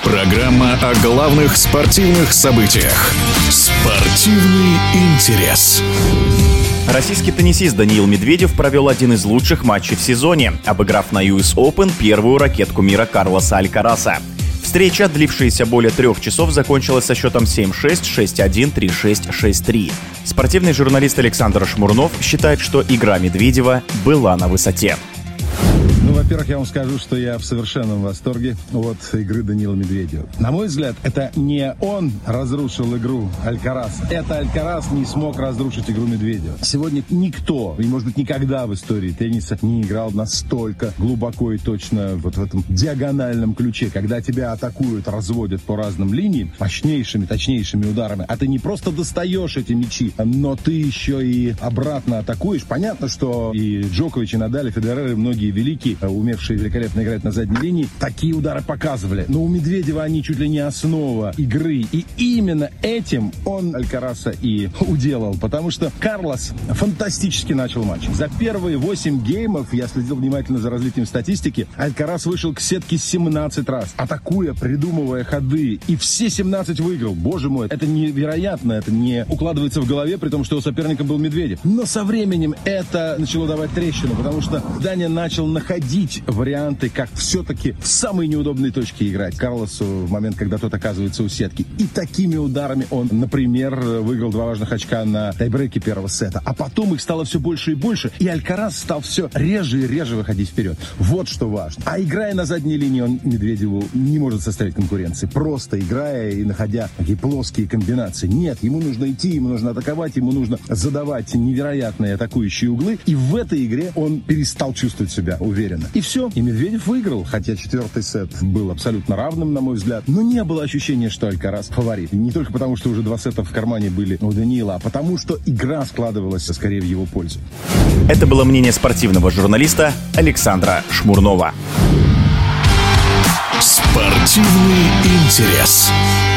Программа о главных спортивных событиях. Спортивный интерес. Российский теннисист Даниил Медведев провел один из лучших матчей в сезоне, обыграв на US Open первую ракетку мира Карлоса Алькараса. Встреча, длившаяся более 3 часов, закончилась со счетом 7-6, 6-1, 3-6, 6-3. Спортивный журналист Александр Шмурнов считает, что игра Медведева была на высоте. Во-первых, я вам скажу, что я в совершенном восторге от игры Даниила Медведева. На мой взгляд, это не он разрушил игру Алькараса. Это Алькарас не смог разрушить игру Медведева. Сегодня никто, и, может быть, никогда в истории тенниса не играл настолько глубоко и точно вот в этом диагональном ключе, когда тебя атакуют, разводят по разным линиям, мощнейшими, точнейшими ударами, а ты не просто достаешь эти мячи, но ты еще и обратно атакуешь. Понятно, что и Джокович, и Надаль, и Федерер, и многие великие, умевшие великолепно играть на задней линии, такие удары показывали. Но у Медведева они чуть ли не основа игры. И именно этим он Алькараса и уделал. Потому что Карлос фантастически начал матч. За первые 8 геймов, я следил внимательно за развитием статистики, Алькарас вышел к сетке 17 раз, атакуя, придумывая ходы. И все 17 выиграл. Боже мой, это невероятно. Это не укладывается в голове, при том, что у соперника был Медведев. Но со временем это начало давать трещину, потому что Даня начал находить варианты, как все-таки в самые неудобные точки играть Карлосу в момент, когда тот оказывается у сетки. И такими ударами он, например, выиграл 2 важных очка на тайбрейке первого сета. А потом их стало все больше и больше, и Алькарас стал все реже и реже выходить вперед. Вот что важно. А играя на задней линии, он Медведеву не может составить конкуренции. Просто играя и находя такие плоские комбинации. Нет, ему нужно идти, ему нужно атаковать, ему нужно задавать невероятные атакующие углы. И в этой игре он перестал чувствовать себя уверенно. И все. И Медведев выиграл, хотя 4-й сет был абсолютно равным, на мой взгляд. Но не было ощущения, что Алькарас фаворит. Не только потому, что уже 2 сета в кармане были у Даниила, а потому, что игра складывалась скорее в его пользу. Это было мнение спортивного журналиста Александра Шмурнова. Спортивный интерес.